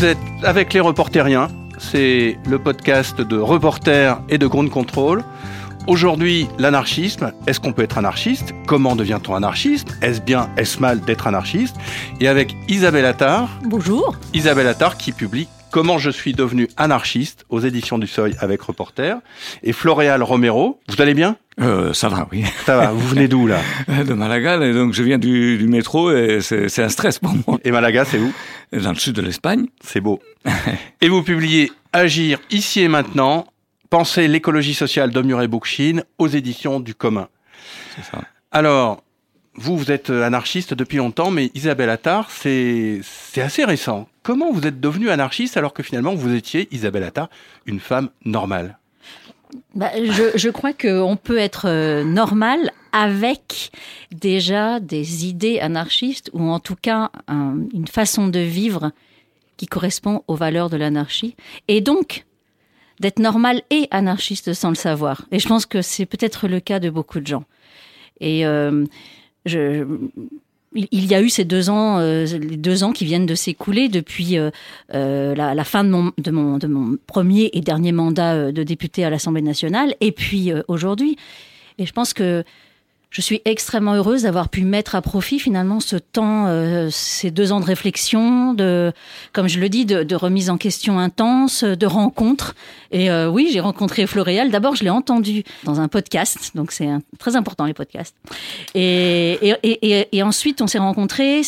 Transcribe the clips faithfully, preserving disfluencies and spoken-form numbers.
Vous êtes avec les Reporteriens, c'est le podcast de Reporters et de Ground Control. Aujourd'hui, l'anarchisme. Est-ce qu'on peut être anarchiste ? Comment devient-on anarchiste ? Est-ce bien, est-ce mal d'être anarchiste ? Et avec Isabelle Attard. Bonjour. Isabelle Attard qui publie Comment je suis devenu anarchiste aux éditions du Seuil avec Reporter. Et Floréal Romero. Vous allez bien ? Euh, ça va, oui. Ça va. Vous venez d'où, là ? De Malaga, et donc je viens du, du métro et c'est, c'est un stress pour moi. Et Malaga, c'est où ? Dans le sud de l'Espagne. C'est beau. Et vous publiez Agir ici et maintenant, penser l'écologie sociale de Murray Bookchin aux éditions du Commun. C'est ça. Alors, vous, vous êtes anarchiste depuis longtemps, mais Isabelle Attard, c'est, c'est assez récent. Comment vous êtes devenue anarchiste alors que finalement vous étiez, Isabelle Attard, une femme normale ? Bah, je, je crois qu'on peut être euh, normal avec déjà des idées anarchistes ou en tout cas un, une façon de vivre qui correspond aux valeurs de l'anarchie. Et donc, d'être normal et anarchiste sans le savoir. Et je pense que c'est peut-être le cas de beaucoup de gens. Et euh, je... Il y a eu ces deux ans, euh, les deux ans qui viennent de s'écouler depuis euh, euh, la, la fin de mon, de, mon, de mon premier et dernier mandat euh, de député à l'Assemblée nationale, et puis euh, aujourd'hui. Et je pense que je suis extrêmement heureuse d'avoir pu mettre à profit finalement ce temps, euh, ces deux ans de réflexion, de, comme je le dis, de, de remise en question intense, de rencontres. Et euh, oui, j'ai rencontré Floréal. D'abord, je l'ai entendu dans un podcast, donc c'est un, très important les podcasts. Et, et, et, et ensuite, on s'est rencontrés.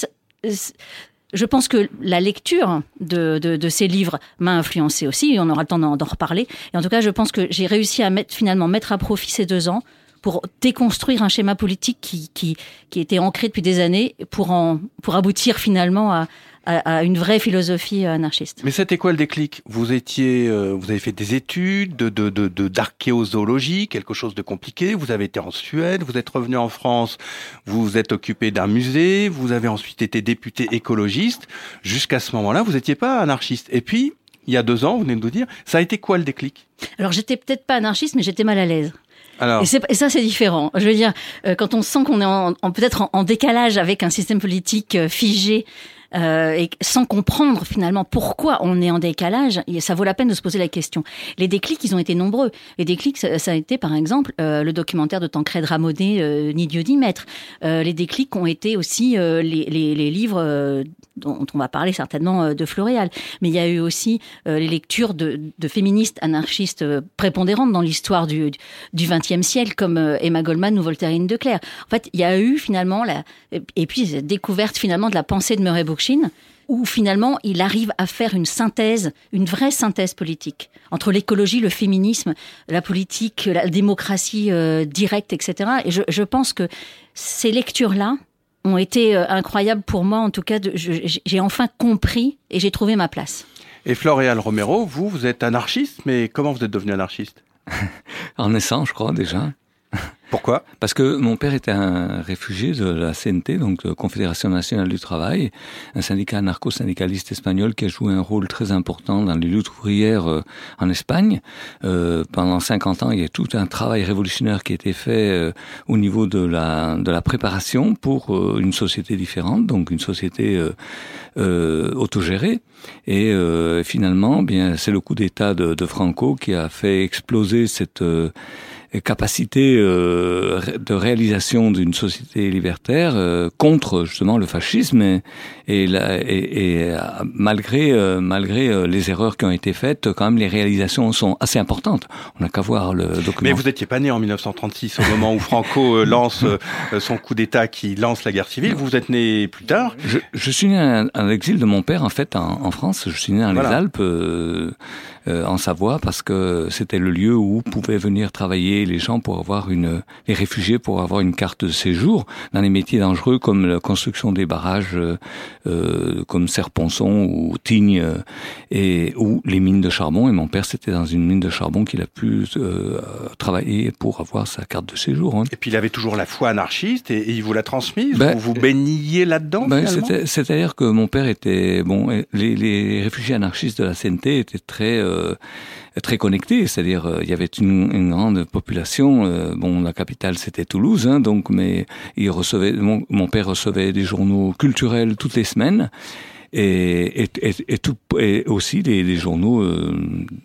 Je pense que la lecture de, de, de ces livres m'a influencée aussi. On aura le temps d'en, d'en reparler. Et en tout cas, je pense que j'ai réussi à mettre, finalement mettre à profit ces deux ans pour déconstruire un schéma politique qui, qui, qui était ancré depuis des années pour, en, pour aboutir finalement à, à, à une vraie philosophie anarchiste. Mais c'était quoi le déclic ? Vous étiez, euh, vous avez fait des études de, de, de, de, d'archéozoologie, quelque chose de compliqué. Vous avez été en Suède, vous êtes revenu en France, vous vous êtes occupé d'un musée, vous avez ensuite été député écologiste. Jusqu'à ce moment-là, vous n'étiez pas anarchiste. Et puis, il y a deux ans, vous venez de nous dire, ça a été quoi le déclic ? Alors, j'étais peut-être pas anarchiste, mais j'étais mal à l'aise. Alors... Et, c'est, et ça, c'est différent. Je veux dire, euh, quand on sent qu'on est en, en, peut-être en, en décalage avec un système politique euh, figé, euh, et sans comprendre finalement pourquoi on est en décalage, ça vaut la peine de se poser la question. Les déclics, ils ont été nombreux. Les déclics, ça, ça a été par exemple euh, le documentaire de Tancrède Ramonet, euh, Ni Dieu ni maître. Euh, les déclics ont été aussi euh, les, les, les livres euh, dont on va parler certainement euh, de Floréal. Mais il y a eu aussi euh, les lectures de, de féministes anarchistes euh, prépondérantes dans l'histoire du, du vingtième siècle, comme euh, Emma Goldman ou Voltairine de Cleyre. En fait, il y a eu finalement la, et puis cette découverte finalement de la pensée de Murray Bookchin, où finalement il arrive à faire une synthèse, une vraie synthèse politique entre l'écologie, le féminisme, la politique, la démocratie euh, directe, et cetera. Et je, je pense que ces lectures-là ont été euh, incroyables pour moi. En tout cas, de, je, j'ai enfin compris et j'ai trouvé ma place. Et Floréal Romero, vous, vous êtes anarchiste, mais comment vous êtes devenu anarchiste ? En naissant, je crois, déjà. Pourquoi ? Parce que mon père était un réfugié de la C N T, donc de Confédération Nationale du Travail, un syndicat anarcho-syndicaliste espagnol qui a joué un rôle très important dans les luttes ouvrières euh, en Espagne. Euh, pendant cinquante ans, il y a tout un travail révolutionnaire qui a été fait euh, au niveau de la, de la préparation pour euh, une société différente, donc une société euh, euh, autogérée. Et euh, finalement, bien, c'est le coup d'État de, de Franco qui a fait exploser cette... Euh, capacité euh, de réalisation d'une société libertaire euh, contre justement le fascisme et, et, la, et, et malgré euh, malgré euh, les erreurs qui ont été faites, quand même les réalisations sont assez importantes. On n'a qu'à voir le document. Mais vous n'étiez pas né en dix-neuf cent trente-six au moment où Franco euh, lance euh, son coup d'État qui lance la guerre civile. Vous êtes né plus tard. Je, je suis né à, à l'exil de mon père en fait en, en France. Je suis né dans voilà. les Alpes. Euh, Euh, en Savoie parce que c'était le lieu où pouvaient venir travailler les gens pour avoir une, les réfugiés pour avoir une carte de séjour dans les métiers dangereux comme la construction des barrages euh, comme Serre-Ponçon ou Tignes euh, et ou les mines de charbon. Et mon père c'était dans une mine de charbon qu'il a pu euh, travailler pour avoir sa carte de séjour. Hein. Et puis il avait toujours la foi anarchiste et, et il vous l'a transmise. Ben, vous vous baigniez là-dedans. Ben, c'était, c'est-à-dire que mon père était bon. Les, les réfugiés anarchistes de la C N T étaient très euh, très connectés, c'est-à-dire euh, il y avait une, une grande population. Euh, bon, la capitale c'était Toulouse, hein, donc mais il recevait mon, mon père recevait des journaux culturels toutes les semaines. et, et, et, et, tout, et aussi des, des journaux, euh,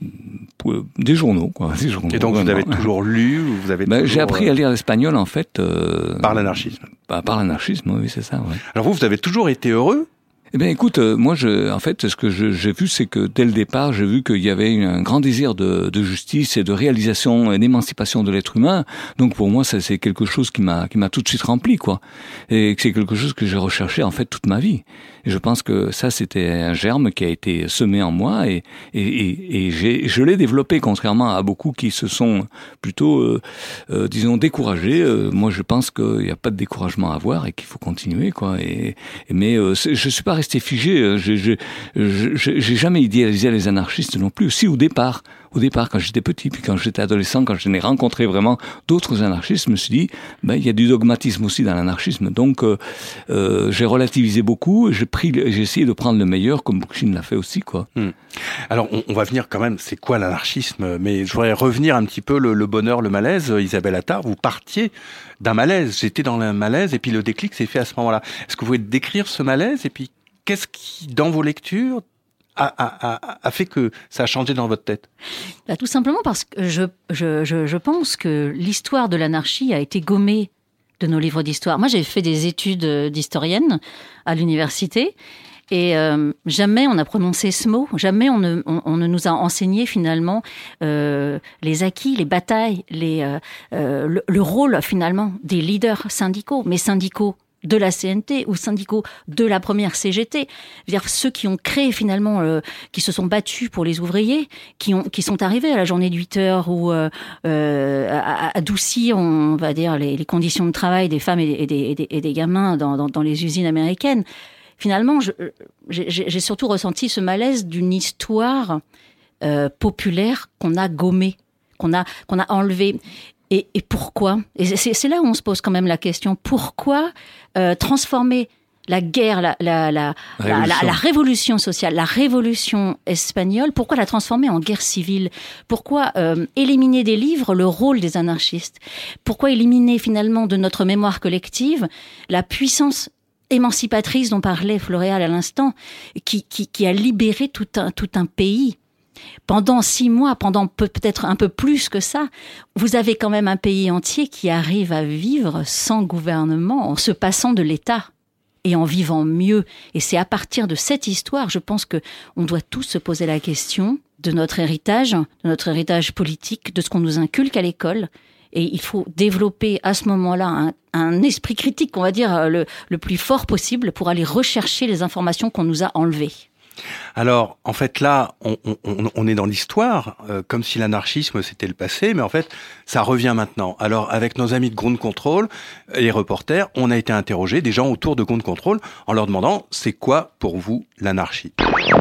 des journaux, quoi. Des journaux, et donc vous avez toujours lu, vous avez ben, toujours, j'ai appris à lire l'espagnol en fait. Euh, par l'anarchisme. Bah, par l'anarchisme, oui, c'est ça. Ouais. Alors vous, vous avez toujours été heureux? Eh bien, écoute, euh, moi, je, en fait, ce que je, j'ai vu, c'est que dès le départ, j'ai vu qu'il y avait un grand désir de, de justice et de réalisation et d'émancipation de l'être humain. Donc, pour moi, ça, c'est quelque chose qui m'a, qui m'a tout de suite rempli, quoi. Et que c'est quelque chose que j'ai recherché, en fait, toute ma vie. Et je pense que ça, c'était un germe qui a été semé en moi et, et, et, et j'ai, je l'ai développé, contrairement à beaucoup qui se sont plutôt, euh, euh, disons, découragés. Euh, moi, je pense qu'il n'y a pas de découragement à avoir et qu'il faut continuer, quoi. Et, et mais euh, je suis pas resté figé. Je, je, je, j'ai jamais idéalisé les anarchistes non plus. Si au départ, au départ, quand j'étais petit, puis quand j'étais adolescent, quand je n'ai rencontré vraiment d'autres anarchistes, je me suis dit, ben il y a du dogmatisme aussi dans l'anarchisme. Donc euh, euh, j'ai relativisé beaucoup. J'ai pris, j'ai essayé de prendre le meilleur, comme Bookchin l'a fait aussi, quoi. Hmm. Alors on, on va venir quand même. C'est quoi l'anarchisme? Mais je voudrais revenir un petit peu le, le bonheur, le malaise. Isabelle Attard, vous partiez d'un malaise. J'étais dans le malaise et puis le déclic s'est fait à ce moment-là. Est-ce que vous pouvez décrire ce malaise et puis qu'est-ce qui, dans vos lectures, a, a, a, a fait que ça a changé dans votre tête? Bah, tout simplement parce que je, je, je, je pense que l'histoire de l'anarchie a été gommée de nos livres d'histoire. Moi, j'ai fait des études d'historienne à l'université et euh, jamais on a prononcé ce mot, jamais on ne, on, on ne nous a enseigné finalement euh, les acquis, les batailles, les, euh, euh, le, le rôle finalement des leaders syndicaux, mais syndicaux de la C N T ou syndicaux de la première C G T, c'est-à-dire ceux qui ont créé finalement, euh, qui se sont battus pour les ouvriers, qui ont, qui sont arrivés à la journée de huit heures ou euh, euh, adouci, on va dire, les, les conditions de travail des femmes et, et, des, et, des, et des gamins dans, dans, dans les usines américaines. Finalement, je, j'ai, j'ai surtout ressenti ce malaise d'une histoire euh, populaire qu'on a gommée, qu'on a, qu'on a enlevée. Et, et pourquoi? Et c'est, c'est là où on se pose quand même la question. Pourquoi euh, transformer la guerre, la, la, la, la, la, la révolution sociale, la révolution espagnole, pourquoi la transformer en guerre civile? Pourquoi euh, éliminer des livres le rôle des anarchistes? Pourquoi éliminer finalement de notre mémoire collective la puissance émancipatrice dont parlait Floréal à l'instant, qui, qui, qui a libéré tout un, tout un pays? Pendant six mois, pendant peut-être un peu plus que ça, vous avez quand même un pays entier qui arrive à vivre sans gouvernement, en se passant de l'État et en vivant mieux. Et c'est à partir de cette histoire, je pense que on doit tous se poser la question de notre héritage, de notre héritage politique, de ce qu'on nous inculque à l'école. Et il faut développer à ce moment-là un, un esprit critique, on va dire, le, le plus fort possible pour aller rechercher les informations qu'on nous a enlevées. Alors, en fait, là, on, on, on est dans l'histoire, euh, comme si l'anarchisme, c'était le passé, mais en fait, ça revient maintenant. Alors, avec nos amis de Ground Control, les reporters, on a été interroger des gens autour de Ground Control en leur demandant, c'est quoi pour vous l'anarchie ?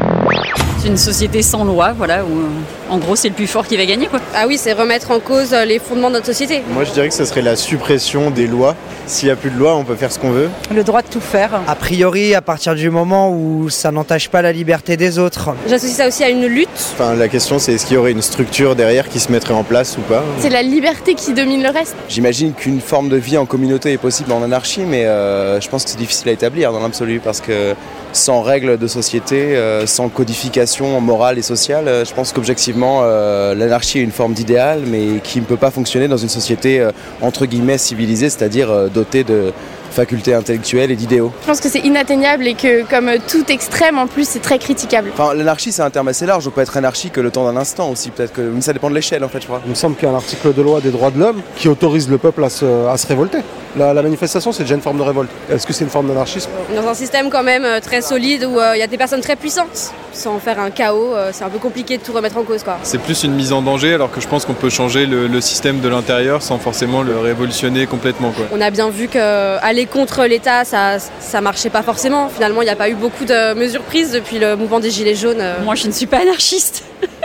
C'est une société sans loi, voilà, où en gros c'est le plus fort qui va gagner, quoi. Ah oui, c'est remettre en cause les fondements de notre société. Moi je dirais que ce serait la suppression des lois. S'il n'y a plus de loi, on peut faire ce qu'on veut. Le droit de tout faire. A priori, à partir du moment où ça n'entache pas la liberté des autres. J'associe ça aussi à une lutte. Enfin, la question c'est est-ce qu'il y aurait une structure derrière qui se mettrait en place ou pas ? C'est la liberté qui domine le reste. J'imagine qu'une forme de vie en communauté est possible en anarchie, mais euh, je pense que c'est difficile à établir dans l'absolu parce que sans règles de société, euh, sans codification morale et sociale, euh, je pense qu'objectivement euh, l'anarchie est une forme d'idéal mais qui ne peut pas fonctionner dans une société euh, entre guillemets civilisée, c'est-à-dire euh, dotée de facultés intellectuelles et d'idéaux. Je pense que c'est inatteignable et que comme tout extrême en plus c'est très critiquable. Enfin l'anarchie c'est un terme assez large, on peut être anarchique le temps d'un instant aussi peut-être, que, mais ça dépend de l'échelle en fait je crois. Il me semble qu'il y a un article de loi des droits de l'homme qui autorise le peuple à se, à se révolter. La, la manifestation c'est déjà une forme de révolte. Est-ce que c'est une forme d'anarchisme ? Dans un système quand même très solide où il euh, y a des personnes très puissantes, sans faire un chaos, euh, c'est un peu compliqué de tout remettre en cause quoi. C'est plus une mise en danger alors que je pense qu'on peut changer le, le système de l'intérieur sans forcément le révolutionner complètement quoi. On a bien vu qu'aller contre l'État ça, ça marchait pas forcément. Finalement il n'y a pas eu beaucoup de mesures prises depuis le mouvement des Gilets jaunes. Moi je ne suis pas anarchiste.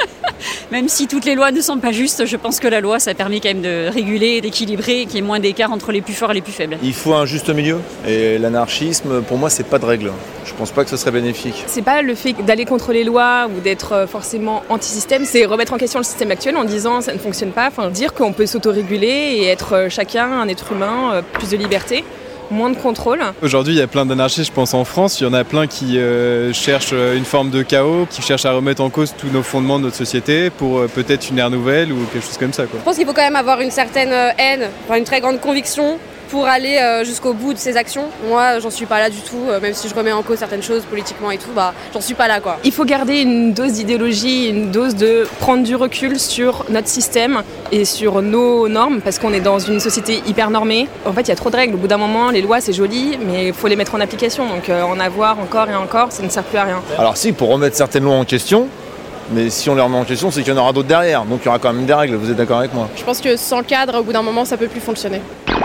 Même si toutes les lois ne sont pas justes, je pense que la loi, ça a permis quand même de réguler, d'équilibrer, qu'il y ait moins d'écart entre les plus forts et les plus faibles. Il faut un juste milieu. Et l'anarchisme, pour moi, c'est pas de règle. Je pense pas que ce serait bénéfique. C'est pas le fait d'aller contre les lois ou d'être forcément anti-système, c'est remettre en question le système actuel en disant ça ne fonctionne pas, enfin dire qu'on peut s'autoréguler et être chacun un être humain, plus de liberté. moins de contrôle. Aujourd'hui, il y a plein d'anarchistes, je pense, en France. Il y en a plein qui euh, cherchent une forme de chaos, qui cherchent à remettre en cause tous nos fondements de notre société pour euh, peut-être une ère nouvelle ou quelque chose comme ça, quoi. Je pense qu'il faut quand même avoir une certaine haine, enfin une très grande conviction pour aller euh, jusqu'au bout de ses actions. Moi, j'en suis pas là du tout, euh, même si je remets en cause certaines choses politiquement et tout, bah, j'en suis pas là, quoi. Il faut garder une dose d'idéologie, une dose de prendre du recul sur notre système et sur nos normes, parce qu'on est dans une société hyper normée. En fait, il y a trop de règles. Au bout d'un moment, les lois, c'est joli, mais il faut les mettre en application. Donc euh, en avoir encore et encore, ça ne sert plus à rien. Alors si, pour remettre certaines lois en question, mais si on les remet en question, c'est qu'il y en aura d'autres derrière. Donc il y aura quand même des règles, vous êtes d'accord avec moi? Je pense que sans cadre, au bout d'un moment, ça peut plus fonctionner.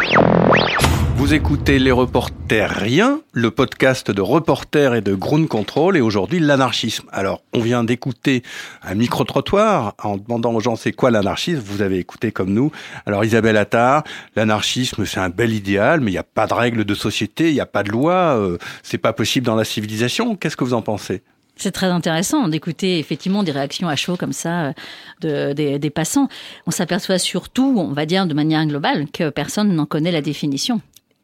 Vous écoutez Les Reporteriens, le podcast de Reporters et de Ground Control, et aujourd'hui l'anarchisme. Alors, on vient d'écouter un micro-trottoir en demandant aux gens c'est quoi l'anarchisme. Vous avez écouté comme nous. Alors Isabelle Attard, l'anarchisme c'est un bel idéal, mais il n'y a pas de règles de société, il n'y a pas de loi, euh, c'est pas possible dans la civilisation. Qu'est-ce que vous en pensez ? C'est très intéressant d'écouter effectivement des réactions à chaud comme ça de, des, des passants. On s'aperçoit surtout, on va dire de manière globale, que personne n'en connaît la définition.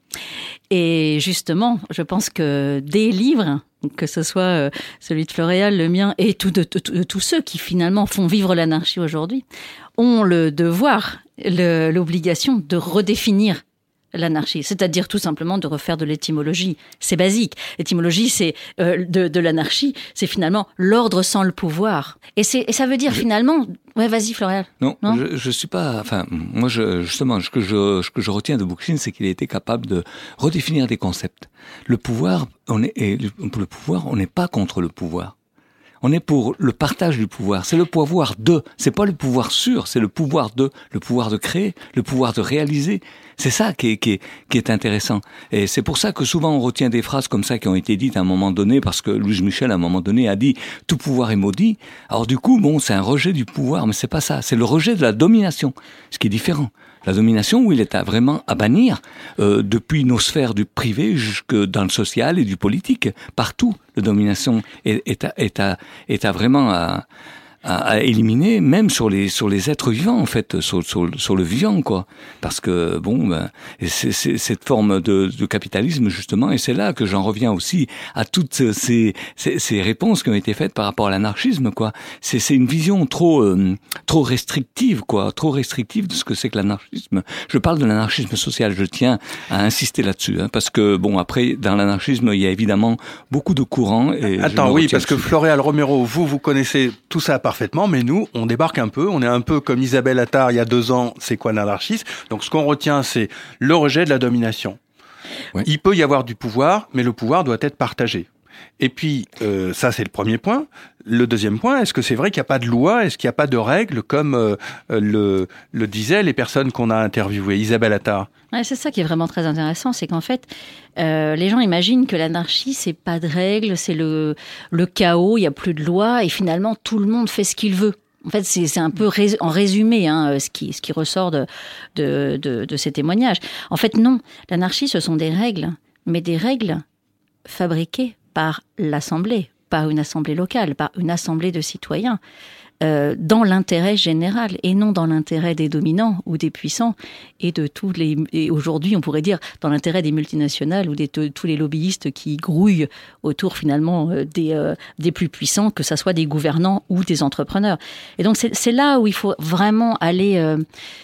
Et justement, je pense que des livres, que ce soit celui de Floréal, le mien, et tous tout, ceux qui finalement font vivre l'anarchie aujourd'hui, ont le devoir, le, l'obligation de redéfinir l'anarchie, c'est-à-dire tout simplement de refaire de l'étymologie. C'est basique. L'étymologie, c'est euh, de, de l'anarchie, c'est finalement l'ordre sans le pouvoir. Et, c'est, et ça veut dire je... finalement... Ouais, vas-y, Floréal. Non, non je, je suis pas... Enfin, moi, je, justement, ce que je, ce que je retiens de Bookchin, c'est qu'il a été capable de redéfinir des concepts. Le pouvoir, on est, et pour le pouvoir, on n'est pas contre le pouvoir. On est pour le partage du pouvoir. C'est le pouvoir de. C'est pas le pouvoir sur, c'est le pouvoir de. Le pouvoir de créer, le pouvoir de réaliser. C'est ça qui est, qui est, qui est intéressant. Et c'est pour ça que souvent on retient des phrases comme ça qui ont été dites à un moment donné, parce que Louise Michel, à un moment donné, a dit « tout pouvoir est maudit ». Alors du coup, bon, c'est un rejet du pouvoir, mais c'est pas ça. C'est le rejet de la domination, ce qui est différent. La domination, où il est à vraiment à bannir, euh, depuis nos sphères du privé jusque dans le social et du politique. Partout, la domination est, est, à, est, à, est à vraiment à, à, à éliminer, même sur les, sur les êtres vivants, en fait, sur, sur, sur le vivant, quoi. Parce que, bon, ben, c'est, c'est cette forme de, de capitalisme, justement, et c'est là que j'en reviens aussi à toutes ces, ces, ces réponses qui ont été faites par rapport à l'anarchisme, quoi. C'est, c'est une vision trop, euh, trop restrictive, quoi, trop restrictive de ce que c'est que l'anarchisme. Je parle de l'anarchisme social, je tiens à insister là-dessus, hein, parce que, bon, après, dans l'anarchisme, il y a évidemment beaucoup de courants. Et Attends, oui, parce que Floréal Romero, vous, vous connaissez tout ça par parfaitement, mais nous, on débarque un peu, on est un peu comme Isabelle Attard il y a deux ans, c'est quoi l'anarchisme? Donc ce qu'on retient, c'est le rejet de la domination. Oui. Il peut y avoir du pouvoir, mais le pouvoir doit être partagé. Et puis, euh, ça c'est le premier point. Le deuxième point, est-ce que c'est vrai qu'il n'y a pas de loi, est-ce qu'il n'y a pas de règles, comme euh, le, le disaient les personnes qu'on a interviewées? Isabelle Attard. Ouais, c'est ça qui est vraiment très intéressant, c'est qu'en fait, euh, les gens imaginent que l'anarchie, c'est pas de règles, c'est le, le chaos, il n'y a plus de loi, et finalement, tout le monde fait ce qu'il veut. En fait, c'est, c'est un peu rés- en résumé hein, ce, qui, ce qui ressort de, de, de, de ces témoignages. En fait, non, l'anarchie, ce sont des règles, mais des règles fabriquées par l'Assemblée, par une assemblée locale, par une assemblée de citoyens, euh, dans l'intérêt général et non dans l'intérêt des dominants ou des puissants et de tous les. Et aujourd'hui, on pourrait dire dans l'intérêt des multinationales ou des de, tous les lobbyistes qui grouillent autour finalement euh, des euh, des plus puissants, que ça soit des gouvernants ou des entrepreneurs. Et donc c'est, c'est là où il faut vraiment aller euh,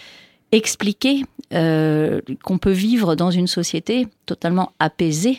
expliquer euh, qu'on peut vivre dans une société totalement apaisée.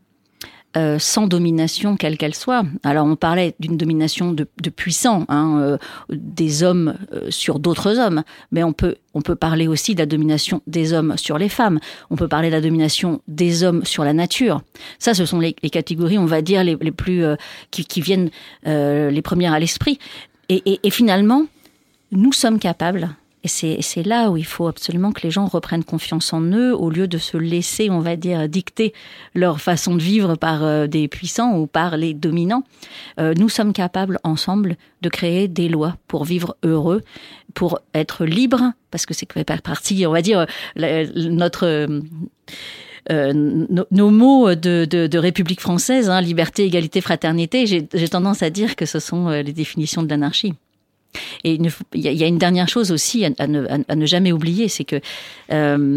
Euh, sans domination quelle qu'elle soit. Alors on parlait d'une domination de, de puissants, hein, euh, des hommes euh, sur d'autres hommes, mais on peut on peut parler aussi de la domination des hommes sur les femmes. On peut parler de la domination des hommes sur la nature. Ça, ce sont les, les catégories, on va dire, les, les plus euh, qui, qui viennent euh, les premières à l'esprit. Et, et, et finalement, nous sommes capables. Et c'est, c'est là où il faut absolument que les gens reprennent confiance en eux, au lieu de se laisser, on va dire, dicter leur façon de vivre par euh, des puissants ou par les dominants. Euh, nous sommes capables, ensemble, de créer des lois pour vivre heureux, pour être libres, parce que c'est par partie, on va dire, la, notre... Euh, Euh, nos, nos mots de, de, de République française, hein, liberté, égalité, fraternité, j'ai, j'ai tendance à dire que ce sont euh, les définitions de l'anarchie. Et il y, y a une dernière chose aussi à, à, ne, à ne jamais oublier, c'est que euh,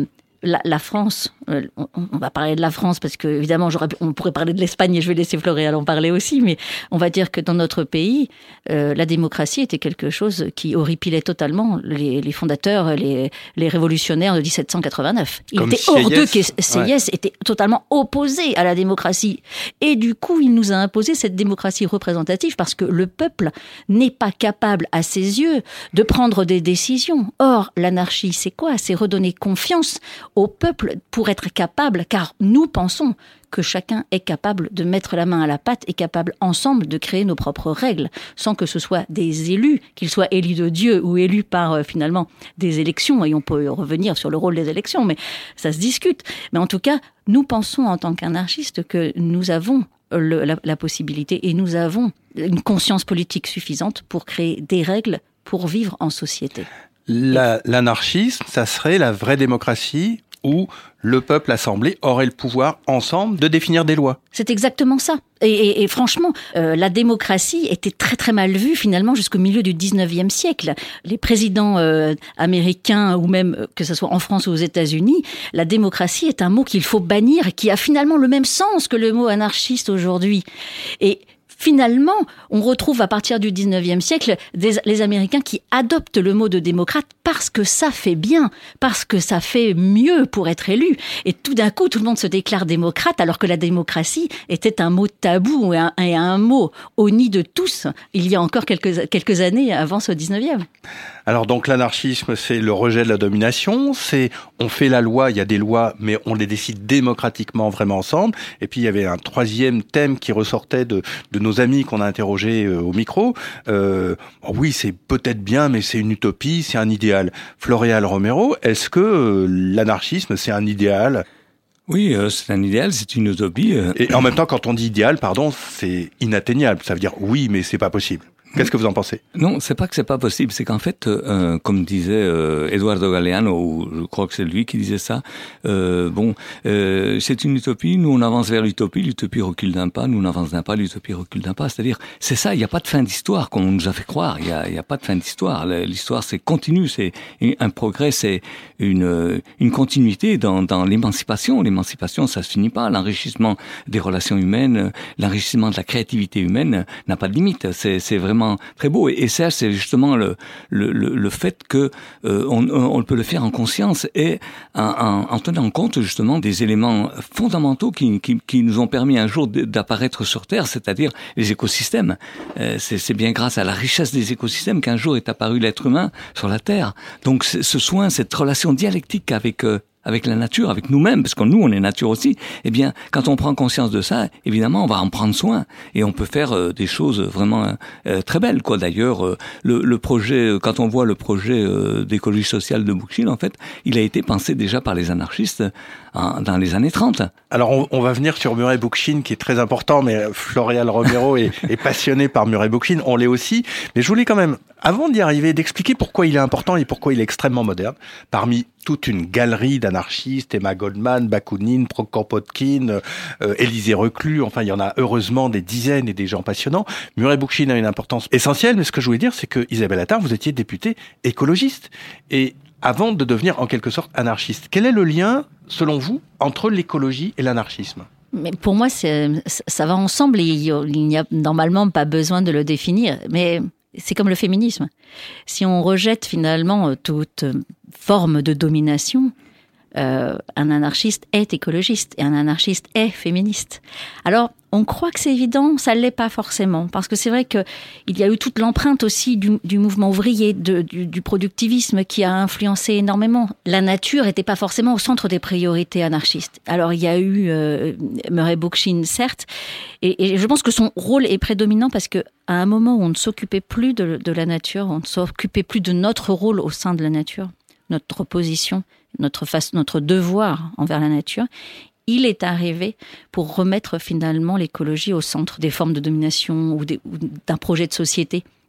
la, la France, euh, on, on va parler de la France parce que évidemment j'aurais, on pourrait parler de l'Espagne et je vais laisser Floréal en parler aussi, mais on va dire que dans notre pays, euh, la démocratie était quelque chose qui horripilait totalement les, les fondateurs, les, les révolutionnaires de dix-sept cent quatre-vingt-neuf. Il Comme était hors d'eux que Sieyès ouais. était totalement opposé à la démocratie. Et du coup, il nous a imposé cette démocratie représentative parce que le peuple n'est pas capable, à ses yeux, de prendre des décisions. Or, l'anarchie, c'est quoi ? C'est redonner confiance au peuple pour être capable, car nous pensons que chacun est capable de mettre la main à la pâte et capable ensemble de créer nos propres règles, sans que ce soit des élus, qu'ils soient élus de Dieu ou élus par euh, finalement des élections, et on peut revenir sur le rôle des élections, mais ça se discute. Mais en tout cas, nous pensons en tant qu'anarchistes que nous avons le, la, la possibilité et nous avons une conscience politique suffisante pour créer des règles pour vivre en société. La, l'anarchisme, ça serait la vraie démocratie où le peuple assemblé aurait le pouvoir ensemble de définir des lois. C'est exactement ça. Et, et, et franchement, euh, la démocratie était très très mal vue finalement jusqu'au milieu du dix-neuvième siècle. Les présidents euh, américains ou même euh, que ce soit en France ou aux États-Unis, la démocratie est un mot qu'il faut bannir et qui a finalement le même sens que le mot anarchiste aujourd'hui. Et finalement, on retrouve à partir du dix-neuvième siècle des, les Américains qui adoptent le mot de démocrate parce que ça fait bien, parce que ça fait mieux pour être élu. Et tout d'un coup, tout le monde se déclare démocrate alors que la démocratie était un mot tabou et un, et un mot au nid de tous il y a encore quelques, quelques années avant ce dix-neuvième. Alors donc l'anarchisme, c'est le rejet de la domination, c'est on fait la loi, il y a des lois, mais on les décide démocratiquement vraiment ensemble. Et puis il y avait un troisième thème qui ressortait de, de nos amis qu'on a interrogés euh, au micro. Euh, oui, c'est peut-être bien, mais c'est une utopie, c'est un idéal. Floréal Romero, est-ce que euh, l'anarchisme, c'est un idéal ? Oui, euh, c'est un idéal, c'est une utopie. Euh... Et en même temps, quand on dit idéal, pardon, c'est inatteignable. Ça veut dire oui, mais c'est pas possible. Qu'est-ce que vous en pensez ? Non, c'est pas que c'est pas possible, c'est qu'en fait, euh, comme disait euh, Eduardo Galeano, ou je crois que c'est lui qui disait ça, euh, bon, euh, c'est une utopie, nous on avance vers l'utopie, l'utopie recule d'un pas, nous on avance d'un pas, l'utopie recule d'un pas, c'est-à-dire, c'est ça, il n'y a pas de fin d'histoire, comme on nous a fait croire, il n'y a, y a pas de fin d'histoire, l'histoire c'est continu, c'est un progrès, c'est une, une continuité dans, dans l'émancipation, l'émancipation ça se finit pas, l'enrichissement des relations humaines, l'enrichissement de la créativité humaine n'a pas de limite, c'est, c'est vraiment très beau. Et, et ça, c'est justement le, le, le, le fait que euh, on, on peut le faire en conscience et en, en, en tenant compte justement des éléments fondamentaux qui, qui, qui nous ont permis un jour d'apparaître sur Terre, c'est-à-dire les écosystèmes. Euh, c'est, c'est bien grâce à la richesse des écosystèmes qu'un jour est apparu l'être humain sur la Terre. Donc ce soin, cette relation dialectique avec euh, avec la nature, avec nous-mêmes, parce que nous, on est nature aussi, eh bien, quand on prend conscience de ça, évidemment, on va en prendre soin. Et on peut faire euh, des choses vraiment euh, très belles, quoi. D'ailleurs, euh, le, le projet, quand on voit le projet euh, d'écologie sociale de Bookchin, en fait, il a été pensé déjà par les anarchistes en, dans les années trente. Alors, on, on va venir sur Murray Bookchin, qui est très important, mais Floréal Romero est, est passionné par Murray Bookchin, on l'est aussi. Mais je voulais quand même, avant d'y arriver, d'expliquer pourquoi il est important et pourquoi il est extrêmement moderne, parmi toute une galerie d'anarchistes, Emma Goldman, Bakounine, Kropotkin, euh, Élisée Reclus, enfin il y en a heureusement des dizaines et des gens passionnants. Murray Bookchin a une importance essentielle, mais ce que je voulais dire, c'est que Isabelle Attard, vous étiez députée écologiste, et avant de devenir en quelque sorte anarchiste. Quel est le lien, selon vous, entre l'écologie et l'anarchisme ? Mais pour moi, c'est, ça va ensemble et il n'y a normalement pas besoin de le définir. Mais c'est comme le féminisme. Si on rejette finalement toute forme de domination, euh, un anarchiste est écologiste et un anarchiste est féministe. Alors, on croit que c'est évident, ça ne l'est pas forcément. Parce que c'est vrai qu'il y a eu toute l'empreinte aussi du, du mouvement ouvrier, de, du, du productivisme qui a influencé énormément. La nature n'était pas forcément au centre des priorités anarchistes. Alors il y a eu euh, Murray Bookchin, certes, et, et je pense que son rôle est prédominant parce qu'à un moment où on ne s'occupait plus de, de la nature, on ne s'occupait plus de notre rôle au sein de la nature, notre position, notre, face, notre devoir envers la nature, il est arrivé pour remettre finalement l'écologie au centre des formes de domination ou, des, ou d'un projet de société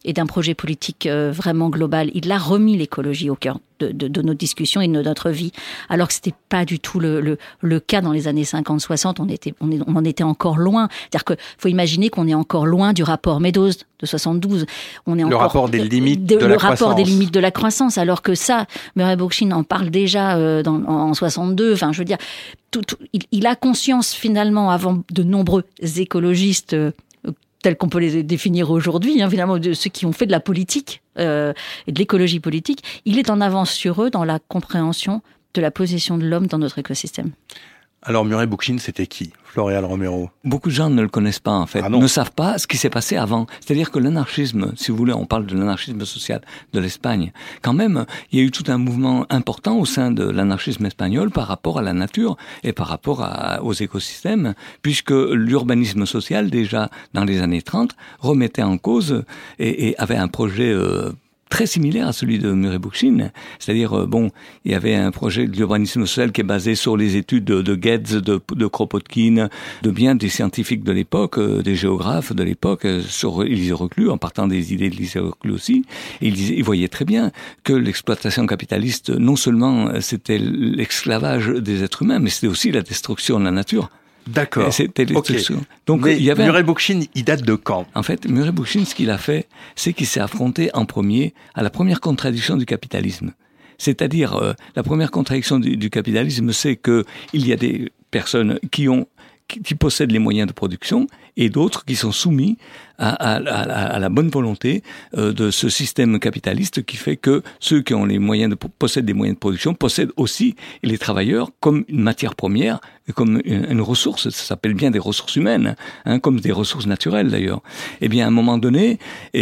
et d'un projet politique euh, vraiment global. Il a remis l'écologie au cœur de, de, de nos discussions et de notre vie, alors que c'était pas du tout le, le, le cas dans les années cinquante soixante. On était, on, est, on en était encore loin. C'est-à-dire que faut imaginer qu'on est encore loin du rapport Meadows de soixante-douze. On est le encore, rapport des limites de, de le la rapport croissance. des limites de la croissance, alors que ça, Murray Bookchin en parle déjà euh, dans, en, en soixante-deux. Enfin, je veux dire, tout, tout, il, il a conscience finalement, avant de nombreux écologistes euh, tels qu'on peut les définir aujourd'hui, hein, finalement, de ceux qui ont fait de la politique euh, et de l'écologie politique, il est en avance sur eux dans la compréhension de la position de l'homme dans notre écosystème. Alors Murray Bookchin, c'était qui, Floréal Romero? Beaucoup de gens ne le connaissent pas, en fait, ah ne savent pas ce qui s'est passé avant. C'est-à-dire que l'anarchisme, si vous voulez, on parle de l'anarchisme social de l'Espagne. Quand même, il y a eu tout un mouvement important au sein de l'anarchisme espagnol par rapport à la nature et par rapport à, aux écosystèmes, puisque l'urbanisme social, déjà dans les années trente, remettait en cause et, et avait un projet euh, très similaire à celui de Murray Bookchin. C'est-à-dire, euh, bon, il y avait un projet de l'urbanisme social qui est basé sur les études de, de Guedes, de, de Kropotkin, de bien des scientifiques de l'époque, euh, des géographes de l'époque, euh, sur Élisée Reclus, en partant des idées d'Élisée Reclus aussi. Et ils, disaient, ils voyaient très bien que l'exploitation capitaliste, non seulement c'était l'esclavage des êtres humains, mais c'était aussi la destruction de la nature. D'accord. C'était okay. Donc, mais il y avait Murray un... Bookchin, il date de quand? En fait, Murray Bookchin, ce qu'il a fait, c'est qu'il s'est affronté en premier à la première contradiction du capitalisme. C'est-à-dire, euh, la première contradiction du, du capitalisme, c'est que il y a des personnes qui ont qui, qui possèdent les moyens de production et d'autres qui sont soumis à, à, à, à la bonne volonté euh, de ce système capitaliste qui fait que ceux qui ont les moyens de possèdent des moyens de production possèdent aussi les travailleurs comme une matière première, comme une, une ressource. Ça s'appelle bien des ressources humaines, hein, comme des ressources naturelles d'ailleurs. Eh bien, à un moment donné,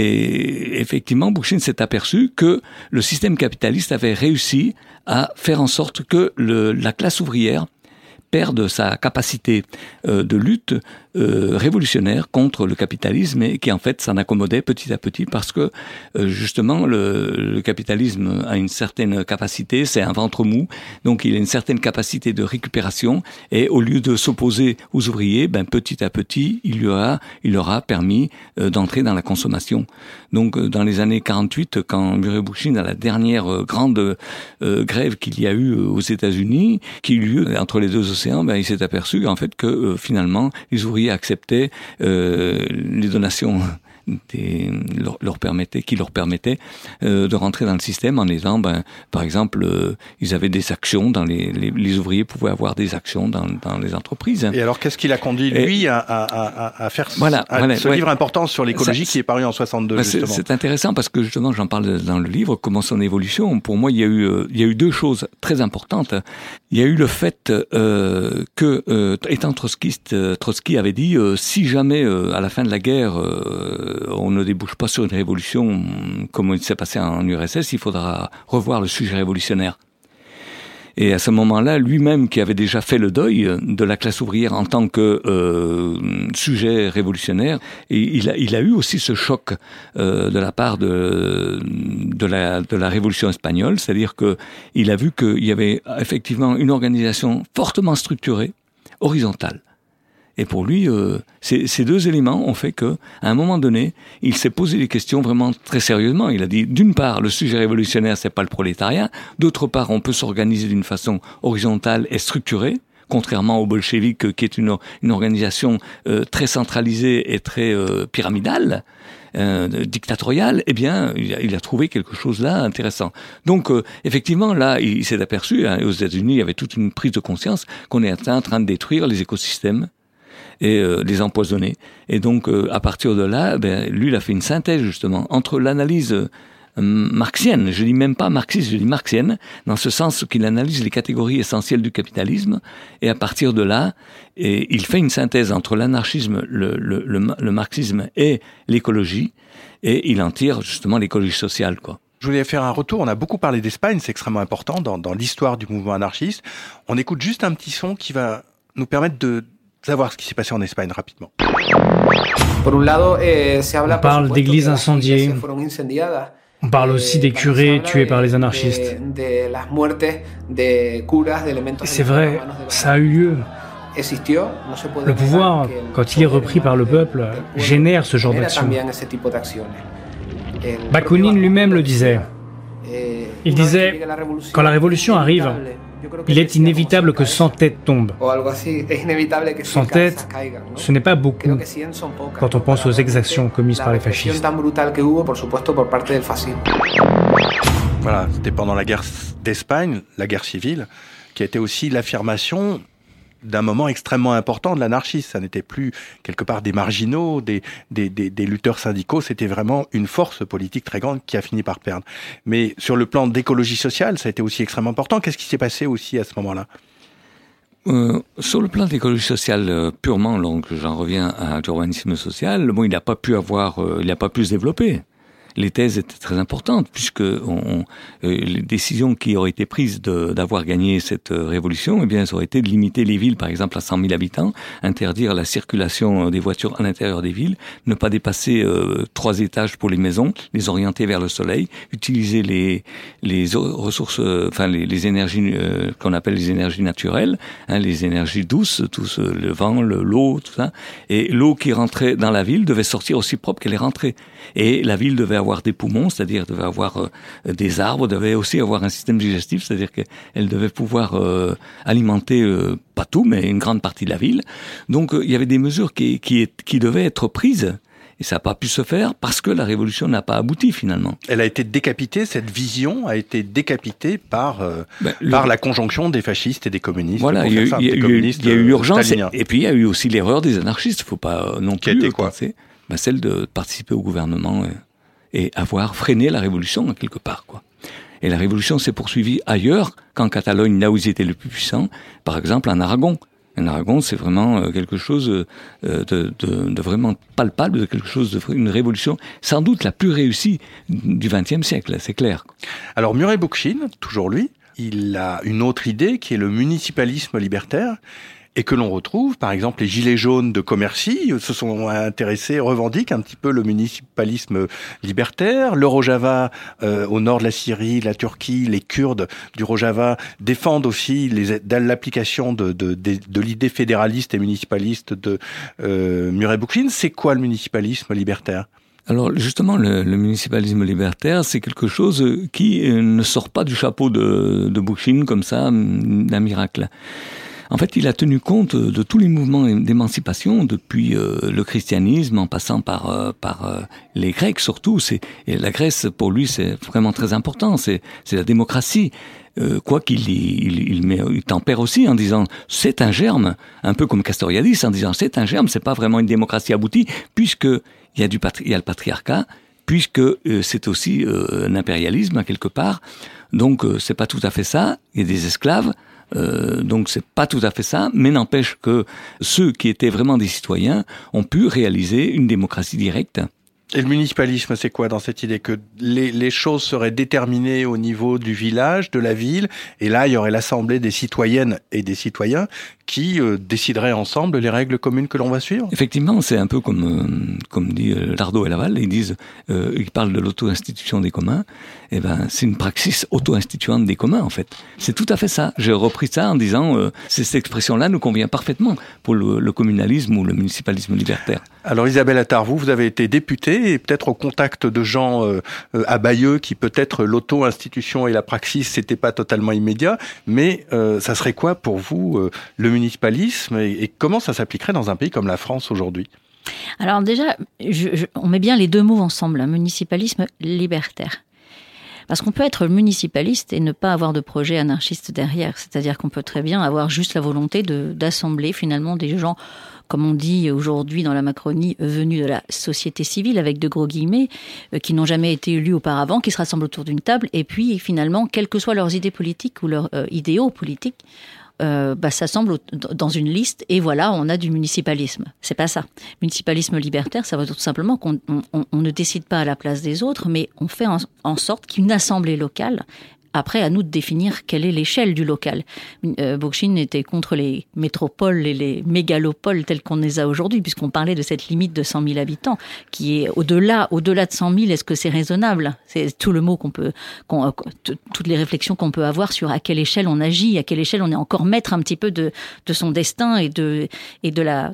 et effectivement, Bookchin s'est aperçu que le système capitaliste avait réussi à faire en sorte que le, la classe ouvrière perde sa capacité euh, de lutte euh, révolutionnaire contre le capitalisme et qui en fait s'en accommodait petit à petit parce que euh, justement le, le capitalisme a une certaine capacité, c'est un ventre mou, donc il a une certaine capacité de récupération et au lieu de s'opposer aux ouvriers, ben petit à petit il lui aura, il aura permis euh, d'entrer dans la consommation. Donc euh, dans les années quarante-huit, quand Murray Bookchin a la dernière euh, grande euh, grève qu'il y a eu aux États-Unis, qui eut lieu entre les deux océans, ben il s'est aperçu en fait que euh, finalement les ouvriers acceptaient euh, les donations des, leur, leur permettaient, qui leur permettaient euh, de rentrer dans le système en disant, ben, par exemple, euh, ils avaient des actions dans les, les, les ouvriers pouvaient avoir des actions dans, dans les entreprises. Et alors, qu'est-ce qui l'a conduit lui Et, à, à, à, à faire voilà, à, voilà, ce ouais. livre important sur l'écologie ça, qui est paru en soixante-deux ben justement. C'est, c'est intéressant parce que justement, j'en parle dans le livre, comment son évolution. Pour moi, il y a eu, euh, il y a eu deux choses très importantes. Il y a eu le fait euh, que, euh, étant trotskiste, euh, Trotsky avait dit euh, si jamais euh, à la fin de la guerre euh, on ne débouche pas sur une révolution comme il s'est passé en U R S S, il faudra revoir le sujet révolutionnaire. Et à ce moment-là, lui-même qui avait déjà fait le deuil de la classe ouvrière en tant que euh, sujet révolutionnaire, et il a, il a eu aussi ce choc euh, de la part de, de, la, de la révolution espagnole, c'est-à-dire que il a vu qu'il y avait effectivement une organisation fortement structurée, horizontale. Et pour lui, euh, ces, ces deux éléments ont fait que, à un moment donné, il s'est posé des questions vraiment très sérieusement. Il a dit, d'une part, le sujet révolutionnaire, c'est pas le prolétariat. D'autre part, on peut s'organiser d'une façon horizontale et structurée, contrairement aux bolcheviks, qui est une, une organisation euh, très centralisée et très euh, pyramidale, euh, dictatoriale. Eh bien, il a, il a trouvé quelque chose là intéressant. Donc, euh, effectivement, là, il, il s'est aperçu, hein, aux États-Unis, il y avait toute une prise de conscience qu'on est en train de détruire les écosystèmes et euh, les empoisonner. Et donc, euh, à partir de là, ben, lui, il a fait une synthèse, justement, entre l'analyse euh, marxienne, je dis même pas marxiste, je dis marxienne, dans ce sens qu'il analyse les catégories essentielles du capitalisme, et à partir de là, et il fait une synthèse entre l'anarchisme, le, le, le, le marxisme et l'écologie, et il en tire, justement, l'écologie sociale, quoi. Je voulais faire un retour, on a beaucoup parlé d'Espagne, c'est extrêmement important dans, dans l'histoire du mouvement anarchiste. On écoute juste un petit son qui va nous permettre de savoir ce qui s'est passé en Espagne rapidement. On parle d'églises incendiées. On parle aussi des curés tués par les anarchistes. C'est vrai, ça a eu lieu. Le pouvoir, quand il est repris par le peuple, génère ce genre d'action. Bakounine lui-même le disait. Il disait, quand la révolution arrive, il est inévitable que cent têtes tombent. cent têtes, ce n'est pas beaucoup quand on pense aux exactions commises par les fascistes. Voilà, c'était pendant la guerre d'Espagne, la guerre civile, qui a été aussi l'affirmation d'un moment extrêmement important de l'anarchisme. Ça n'était plus quelque part des marginaux, des, des, des, des lutteurs syndicaux, c'était vraiment une force politique très grande qui a fini par perdre. Mais sur le plan d'écologie sociale, ça a été aussi extrêmement important. Qu'est-ce qui s'est passé aussi à ce moment-là ? Euh, sur le plan d'écologie sociale euh, purement, donc j'en reviens à l'urbanisme social, bon, il n'a pas pu avoir, euh, il n'a pas pu se développer. Les thèses étaient très importantes puisque on, euh, les décisions qui auraient été prises de, d'avoir gagné cette euh, révolution, eh bien, ça aurait été de limiter les villes, par exemple, à cent mille habitants, interdire la circulation des voitures à l'intérieur des villes, ne pas dépasser euh, trois étages pour les maisons, les orienter vers le soleil, utiliser les les ressources, euh, enfin les, les énergies euh, qu'on appelle les énergies naturelles, hein, les énergies douces, tout ce, le vent, le, l'eau, tout ça. Et l'eau qui rentrait dans la ville devait sortir aussi propre qu'elle est rentrée. Et la ville devait avoir des poumons, c'est-à-dire devait avoir euh, des arbres, devait aussi avoir un système digestif, c'est-à-dire qu'elle devait pouvoir euh, alimenter, euh, pas tout, mais une grande partie de la ville. Donc euh, il y avait des mesures qui, qui, qui devaient être prises, et ça n'a pas pu se faire parce que la révolution n'a pas abouti finalement. Elle a été décapitée, cette vision a été décapitée par, euh, ben, par le... la conjonction des fascistes et des communistes. Voilà, il y, ça, y, y, y a eu urgence, et, et puis il y a eu aussi l'erreur des anarchistes, il ne faut pas non qui plus était quoi penser, ben, celle de participer au gouvernement. Et... et avoir freiné la révolution quelque part, quoi. Et la révolution s'est poursuivie ailleurs qu'en Catalogne, là où ils étaient les plus puissants, par exemple en Aragon. En Aragon, c'est vraiment quelque chose de, de, de vraiment palpable, de quelque chose de une révolution sans doute la plus réussie du vingtième siècle, c'est clair. Alors Murray Bookchin, toujours lui, il a une autre idée qui est le municipalisme libertaire. Et que l'on retrouve, par exemple, les gilets jaunes de Commercy se sont intéressés, revendiquent un petit peu le municipalisme libertaire. Le Rojava, euh, au nord de la Syrie, la Turquie, les Kurdes du Rojava défendent aussi les, l'application de, de, de, de l'idée fédéraliste et municipaliste de euh, Murray Bookchin. C'est quoi le municipalisme libertaire ? Alors justement, le, le municipalisme libertaire, c'est quelque chose qui ne sort pas du chapeau de, de Bookchin comme ça, d'un miracle. En fait, il a tenu compte de tous les mouvements d'émancipation depuis euh, le christianisme, en passant par euh, par euh, les Grecs surtout. C'est et la Grèce pour lui, c'est vraiment très important. C'est c'est la démocratie. Euh, quoi qu'il il, il, met, il tempère aussi en disant c'est un germe, un peu comme Castoriadis en disant c'est un germe, c'est pas vraiment une démocratie aboutie puisque il y a du patri- il y a le patriarcat, puisque euh, c'est aussi euh, un impérialisme quelque part. Donc euh, c'est pas tout à fait ça. Il y a des esclaves. Euh, donc c'est pas tout à fait ça, mais n'empêche que ceux qui étaient vraiment des citoyens ont pu réaliser une démocratie directe. Et le municipalisme, c'est quoi dans cette idée que les, les choses seraient déterminées au niveau du village, de la ville, et là il y aurait l'assemblée des citoyennes et des citoyens qui euh, décideraient ensemble les règles communes que l'on va suivre? Effectivement, c'est un peu comme euh, comme dit euh, Lardot et Laval, ils disent, euh, ils parlent de l'auto-institution des communs. Eh ben, c'est une praxis auto-instituante des communs en fait. C'est tout à fait ça. J'ai repris ça en disant, euh, cette expression-là nous convient parfaitement pour le, le communalisme ou le municipalisme libertaire. Alors Isabelle Attard, vous, vous avez été députée et peut-être au contact de gens euh, à Bayeux qui peut-être l'auto-institution et la praxis c'était pas totalement immédiat, mais euh, ça serait quoi pour vous euh, le municipalisme et, et comment ça s'appliquerait dans un pays comme la France aujourd'hui? Alors déjà, je, je, on met bien les deux mots ensemble, un municipalisme libertaire. Parce qu'on peut être municipaliste et ne pas avoir de projet anarchiste derrière. C'est-à-dire qu'on peut très bien avoir juste la volonté de, d'assembler finalement des gens, comme on dit aujourd'hui dans la Macronie, venus de la société civile, avec de gros guillemets, euh, qui n'ont jamais été élus auparavant, qui se rassemblent autour d'une table, et puis finalement, quelles que soient leurs idées politiques ou leurs euh, idéaux politiques, Euh, bah, s'assemblent dans une liste et voilà, on a du municipalisme. C'est pas ça. Municipalisme libertaire, ça veut tout simplement qu'on on, on ne décide pas à la place des autres, mais on fait en, en sorte qu'une assemblée locale, après à nous de définir quelle est l'échelle du local. Euh, Bookchin était contre les métropoles et les mégalopoles telles qu'on les a aujourd'hui, puisqu'on parlait de cette limite de cent mille habitants, qui est au-delà, au-delà de cent mille, est-ce que c'est raisonnable? C'est tout le mot qu'on peut, qu'on, t- toutes les réflexions qu'on peut avoir sur à quelle échelle on agit, à quelle échelle on est encore maître un petit peu de, de son destin et de, et de la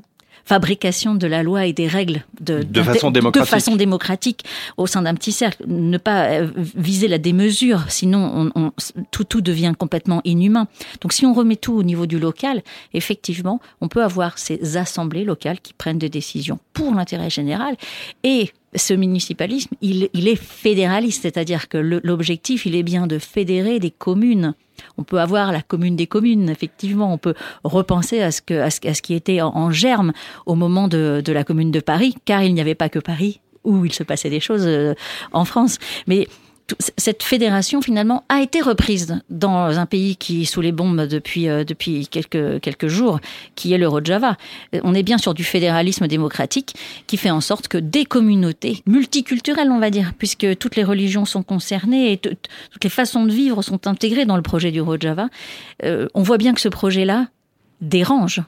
fabrication de la loi et des règles de, de, façon, démocratique. de façon démocratique au sein d'un petit cercle. Ne pas viser la démesure, sinon on, on, tout, tout devient complètement inhumain. Donc si on remet tout au niveau du local, effectivement, on peut avoir ces assemblées locales qui prennent des décisions pour l'intérêt général. Et ce municipalisme, il, il est fédéraliste, c'est-à-dire que le, l'objectif, il est bien de fédérer des communes. On peut avoir la commune des communes, effectivement. On peut repenser à ce, que, à ce, à ce qui était en, en germe au moment de, de la commune de Paris, car il n'y avait pas que Paris où il se passait des choses euh, en France. Mais tout, cette fédération, finalement, a été reprise dans un pays qui est sous les bombes depuis, euh, depuis quelques, quelques jours, qui est le Rojava. On est bien sur du fédéralisme démocratique qui fait en sorte que des communautés multiculturelles, on va dire, puisque toutes les religions sont concernées et t- t- toutes les façons de vivre sont intégrées dans le projet du Rojava, euh, on voit bien que ce projet-là dérange.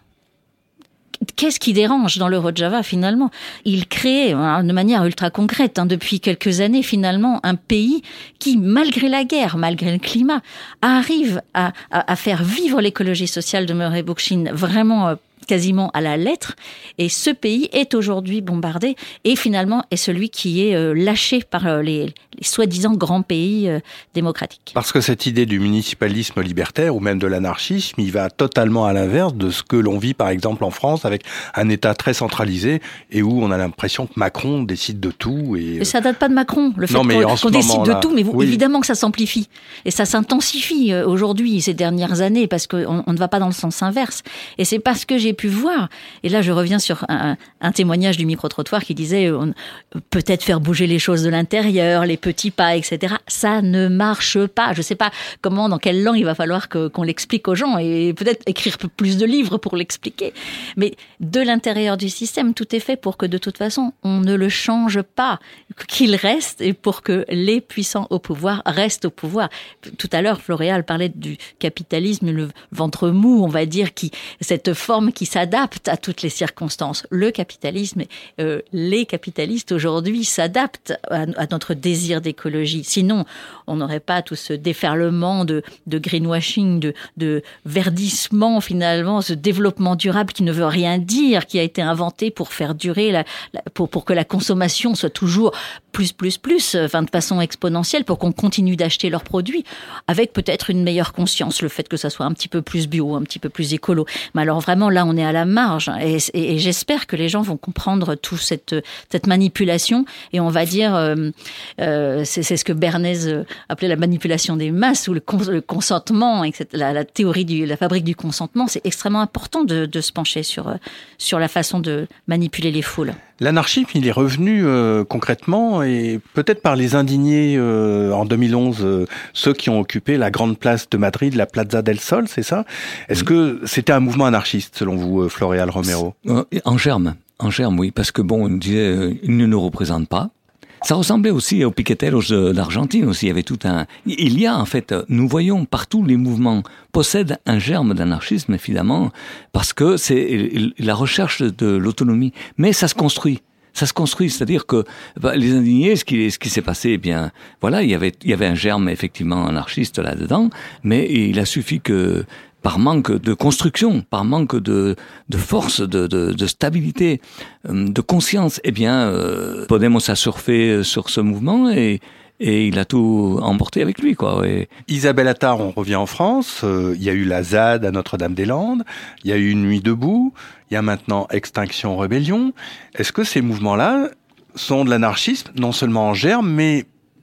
Qu'est-ce qui dérange dans le Rojava, finalement ? Il crée, de manière ultra concrète, hein, depuis quelques années, finalement, un pays qui, malgré la guerre, malgré le climat, arrive à, à, à faire vivre l'écologie sociale de Murray Bookchin vraiment euh, quasiment à la lettre. Et ce pays est aujourd'hui bombardé et finalement est celui qui est euh, lâché par euh, les, les soi-disant grands pays euh, démocratiques. Parce que cette idée du municipalisme libertaire ou même de l'anarchisme, il va totalement à l'inverse de ce que l'on vit par exemple en France avec un État très centralisé et où on a l'impression que Macron décide de tout. Et, et ça date pas de Macron, le fait non, qu'on, qu'on décide de tout, mais vous, oui. évidemment que ça s'amplifie. Et ça s'intensifie aujourd'hui, ces dernières années, parce qu'on on ne va pas dans le sens inverse. Et c'est parce que j'ai pu voir, et là je reviens sur un, un témoignage du micro-trottoir qui disait on, peut-être faire bouger les choses de l'intérieur, les petits pas, et cetera. Ça ne marche pas. Je ne sais pas comment, dans quelle langue il va falloir que, qu'on l'explique aux gens et peut-être écrire plus de livres pour l'expliquer. Mais de l'intérieur du système, tout est fait pour que de toute façon, on ne le change pas, qu'il reste et pour que les puissants au pouvoir restent au pouvoir. Tout à l'heure, Floréal parlait du capitalisme, le ventre mou, on va dire, qui cette forme qui s'adapte à toutes les circonstances. Le capitalisme, euh, les capitalistes aujourd'hui s'adaptent à, à notre désir d'écologie. Sinon, on n'aurait pas tout ce déferlement de, de greenwashing, de, de verdissement finalement, ce développement durable qui ne veut rien dire, qui a été inventé pour faire durer, la, la, pour, pour que la consommation soit toujours plus, plus, plus, enfin de façon exponentielle, pour qu'on continue d'acheter leurs produits avec peut-être une meilleure conscience, le fait que ça soit un petit peu plus bio, un petit peu plus écolo. Mais alors vraiment, là, on est à la marge et, et, et j'espère que les gens vont comprendre toute cette, cette manipulation et on va dire, euh, euh, c'est, c'est ce que Bernays appelait la manipulation des masses ou le, cons, le consentement, et cetera. La, la théorie de la fabrique du consentement, c'est extrêmement important de, de se pencher sur, sur la façon de manipuler les foules. L'anarchisme, il est revenu euh, concrètement et peut-être par les indignés euh, en deux mille onze, euh, ceux qui ont occupé la grande place de Madrid, la Plaza del Sol, c'est ça ? Est-ce oui. que c'était un mouvement anarchiste selon vous, euh, Floréal Romero ? En germe, en germe, oui, parce que bon, on disait, euh, ils ne nous représentent pas. Ça ressemblait aussi aux piqueteros d'Argentine aussi. Il y avait tout un. Il y a en fait, nous voyons partout les mouvements possèdent un germe d'anarchisme évidemment parce que c'est la recherche de l'autonomie. Mais ça se construit. Ça se construit, c'est-à-dire que bah, les indignés, ce qui, ce qui s'est passé, eh bien, voilà, il y avait, il y avait un germe effectivement anarchiste là-dedans, mais il a suffi que par manque de construction, par manque de, de force, de, de, de stabilité, de conscience, eh bien, euh, Podemos a surfé sur ce mouvement et, et il a tout emporté avec lui, quoi. Et... Isabelle Attard, on revient en France. Euh, il y a eu la Z A D à Notre-Dame-des-Landes. Il y a eu une nuit debout. Il y a maintenant Extinction Rébellion. Est-ce que ces mouvements-là sont de l'anarchisme, non seulement en germe, mais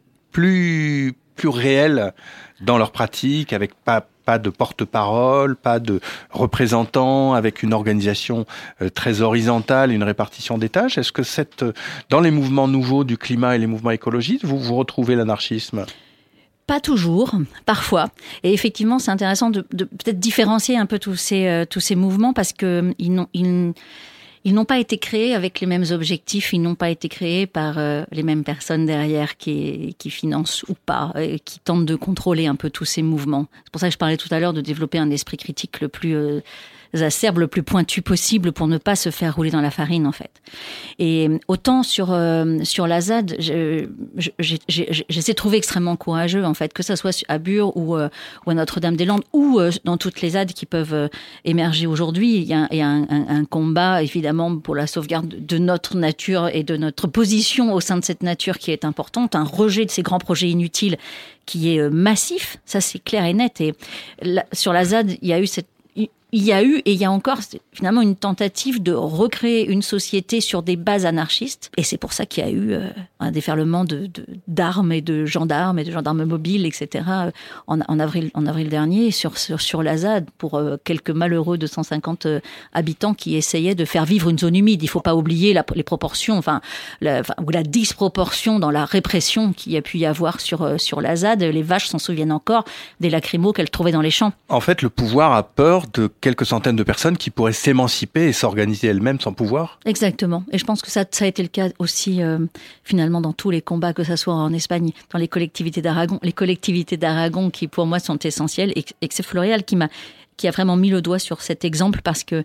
plus, plus réels dans leur pratique, avec pas pas de porte-parole, pas de représentants, avec une organisation euh, très horizontale, une répartition des tâches. Est-ce que cette, dans les mouvements nouveaux du climat et les mouvements écologistes, vous, vous retrouvez l'anarchisme ? Pas toujours, parfois. Et effectivement, c'est intéressant de, de peut-être différencier un peu tous ces, euh, tous ces mouvements parce que ils n'ont, ils, Ils n'ont pas été créés avec les mêmes objectifs, ils n'ont pas été créés par euh, les mêmes personnes derrière qui, qui financent ou pas, euh, qui tentent de contrôler un peu tous ces mouvements. C'est pour ça que je parlais tout à l'heure de développer un esprit critique le plus, euh, acerbes le plus pointu possible pour ne pas se faire rouler dans la farine, en fait. Et autant sur euh, sur la Z A D, je, je, j'ai, j'ai, j'essaie de trouver extrêmement courageux, en fait, que ça soit à Bure ou, euh, ou à Notre-Dame-des-Landes ou euh, dans toutes les Z A D qui peuvent euh, émerger aujourd'hui. Il y a, il y a un, un, un combat, évidemment, pour la sauvegarde de notre nature et de notre position au sein de cette nature qui est importante, un rejet de ces grands projets inutiles qui est massif, ça c'est clair et net. Et là, sur la Z A D, il y a eu cette Il y a eu et il y a encore finalement une tentative de recréer une société sur des bases anarchistes. Et c'est pour ça qu'il y a eu euh, un déferlement de, de, d'armes et de gendarmes et de gendarmes mobiles, et cetera en, en, avril, en avril dernier sur, sur, sur la Z A D pour euh, quelques malheureux deux cent cinquante euh, habitants qui essayaient de faire vivre une zone humide. Il ne faut pas oublier la, les proportions, enfin, la, enfin, ou la disproportion dans la répression qu'il y a pu y avoir sur, euh, sur la Z A D. Les vaches s'en souviennent encore des lacrymos qu'elles trouvaient dans les champs. En fait, le pouvoir a peur de quelques centaines de personnes qui pourraient s'émanciper et s'organiser elles-mêmes sans pouvoir. Exactement. Et je pense que ça, ça a été le cas aussi, euh, finalement, dans tous les combats, que ça soit en Espagne, dans les collectivités d'Aragon. Les collectivités d'Aragon qui, pour moi, sont essentielles. Et, et c'est Floréal qui m'a, qui a vraiment mis le doigt sur cet exemple parce que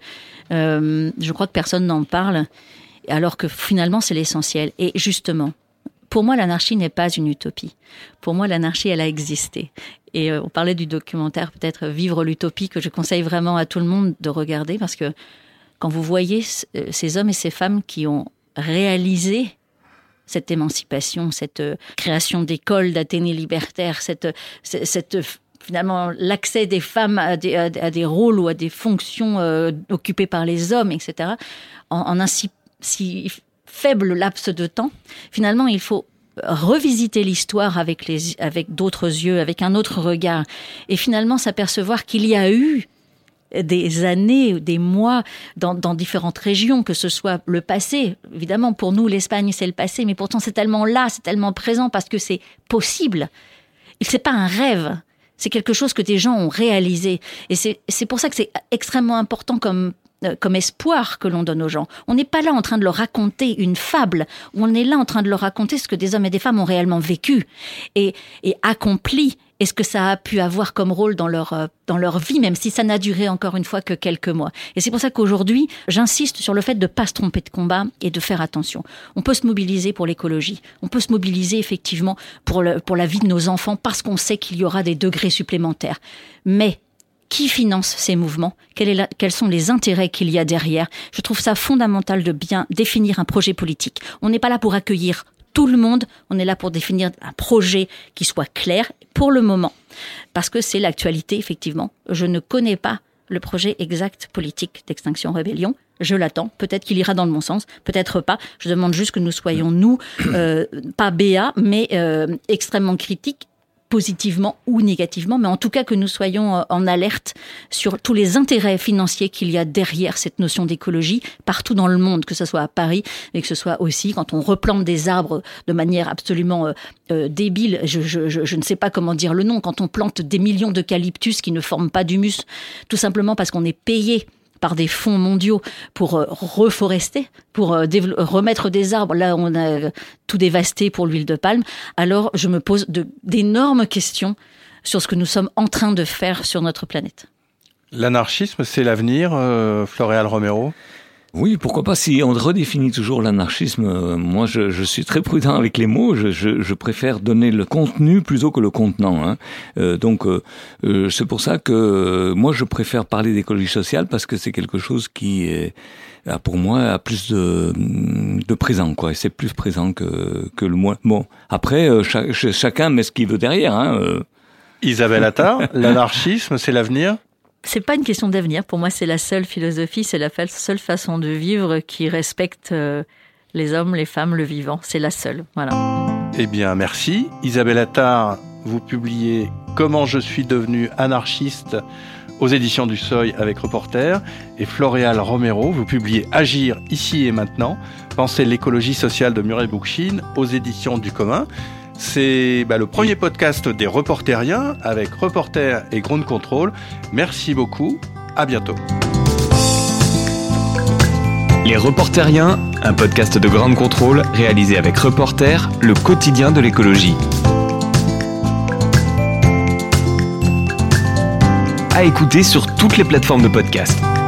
euh, je crois que personne n'en parle, alors que finalement, c'est l'essentiel. Et justement, pour moi, l'anarchie n'est pas une utopie. Pour moi, l'anarchie, elle a existé. Et euh, on parlait du documentaire, peut-être Vivre l'utopie, que je conseille vraiment à tout le monde de regarder, parce que quand vous voyez c- ces hommes et ces femmes qui ont réalisé cette émancipation, cette euh, création d'écoles, d'Athénée libertaires, cette, cette, cette finalement l'accès des femmes à des, à, à des rôles ou à des fonctions euh, occupées par les hommes, et cetera, en, en un si, si faible laps de temps, finalement, il faut revisiter l'histoire avec les, avec d'autres yeux, avec un autre regard, et finalement s'apercevoir qu'il y a eu des années, des mois dans, dans différentes régions, que ce soit le passé. Évidemment, pour nous, l'Espagne, c'est le passé, mais pourtant c'est tellement là, c'est tellement présent parce que c'est possible. C'est pas un rêve. C'est quelque chose que des gens ont réalisé. Et c'est, c'est pour ça que c'est extrêmement important comme comme espoir que l'on donne aux gens. On n'est pas là en train de leur raconter une fable, on est là en train de leur raconter ce que des hommes et des femmes ont réellement vécu et, et accompli, et ce que ça a pu avoir comme rôle dans leur, dans leur vie, même si ça n'a duré encore une fois que quelques mois. Et c'est pour ça qu'aujourd'hui, j'insiste sur le fait de ne pas se tromper de combat et de faire attention. On peut se mobiliser pour l'écologie, on peut se mobiliser effectivement pour, le, pour la vie de nos enfants, parce qu'on sait qu'il y aura des degrés supplémentaires. Mais qui finance ces mouvements ? Quel est la, quels sont les intérêts qu'il y a derrière ? Je trouve ça fondamental de bien définir un projet politique. On n'est pas là pour accueillir tout le monde, on est là pour définir un projet qui soit clair pour le moment. Parce que c'est l'actualité, effectivement. Je ne connais pas le projet exact politique d'Extinction Rébellion. Je l'attends. Peut-être qu'il ira dans le bon sens, peut-être pas. Je demande juste que nous soyons, nous, euh, pas béats, mais euh, extrêmement critiques, positivement ou négativement, mais en tout cas que nous soyons en alerte sur tous les intérêts financiers qu'il y a derrière cette notion d'écologie partout dans le monde, que ce soit à Paris, mais que ce soit aussi quand on replante des arbres de manière absolument euh, euh, débile, je, je, je, je ne sais pas comment dire le nom, quand on plante des millions d'eucalyptus qui ne forment pas d'humus, tout simplement parce qu'on est payé par des fonds mondiaux pour euh, reforester, pour euh, dév- remettre des arbres là où on a euh, tout dévasté pour l'huile de palme, alors je me pose de, d'énormes questions sur ce que nous sommes en train de faire sur notre planète. L'anarchisme, c'est l'avenir, euh, Floréal Romero ? Oui, pourquoi pas, si on redéfinit toujours l'anarchisme, euh, moi je, je suis très prudent avec les mots, je, je, je préfère donner le contenu plutôt que le contenant. Hein. Euh, donc euh, euh, c'est pour ça que euh, moi je préfère parler d'écologie sociale, parce que c'est quelque chose qui est, a pour moi a plus de, de présent, quoi. Et c'est plus présent que, que le moi. Bon, après euh, cha, chacun met ce qu'il veut derrière. Hein, euh. Isabelle Attard, l'anarchisme, c'est l'avenir ? C'est pas une question d'avenir. Pour moi, c'est la seule philosophie, c'est la seule façon de vivre qui respecte les hommes, les femmes, le vivant. C'est la seule. Voilà. Eh bien, merci. Isabelle Attard, vous publiez « Comment je suis devenu anarchiste » aux éditions du Seuil avec Reporter. Et Floréal Romero, vous publiez « Agir ici et maintenant. Penser l'écologie sociale de Muriel Bookchin » aux éditions du Commun. C'est bah, le premier podcast des Reporteriens avec Reporter et Ground Control. Merci beaucoup, à bientôt. Les Reporteriens, un podcast de Ground Control réalisé avec Reporter, le quotidien de l'écologie. À écouter sur toutes les plateformes de podcast.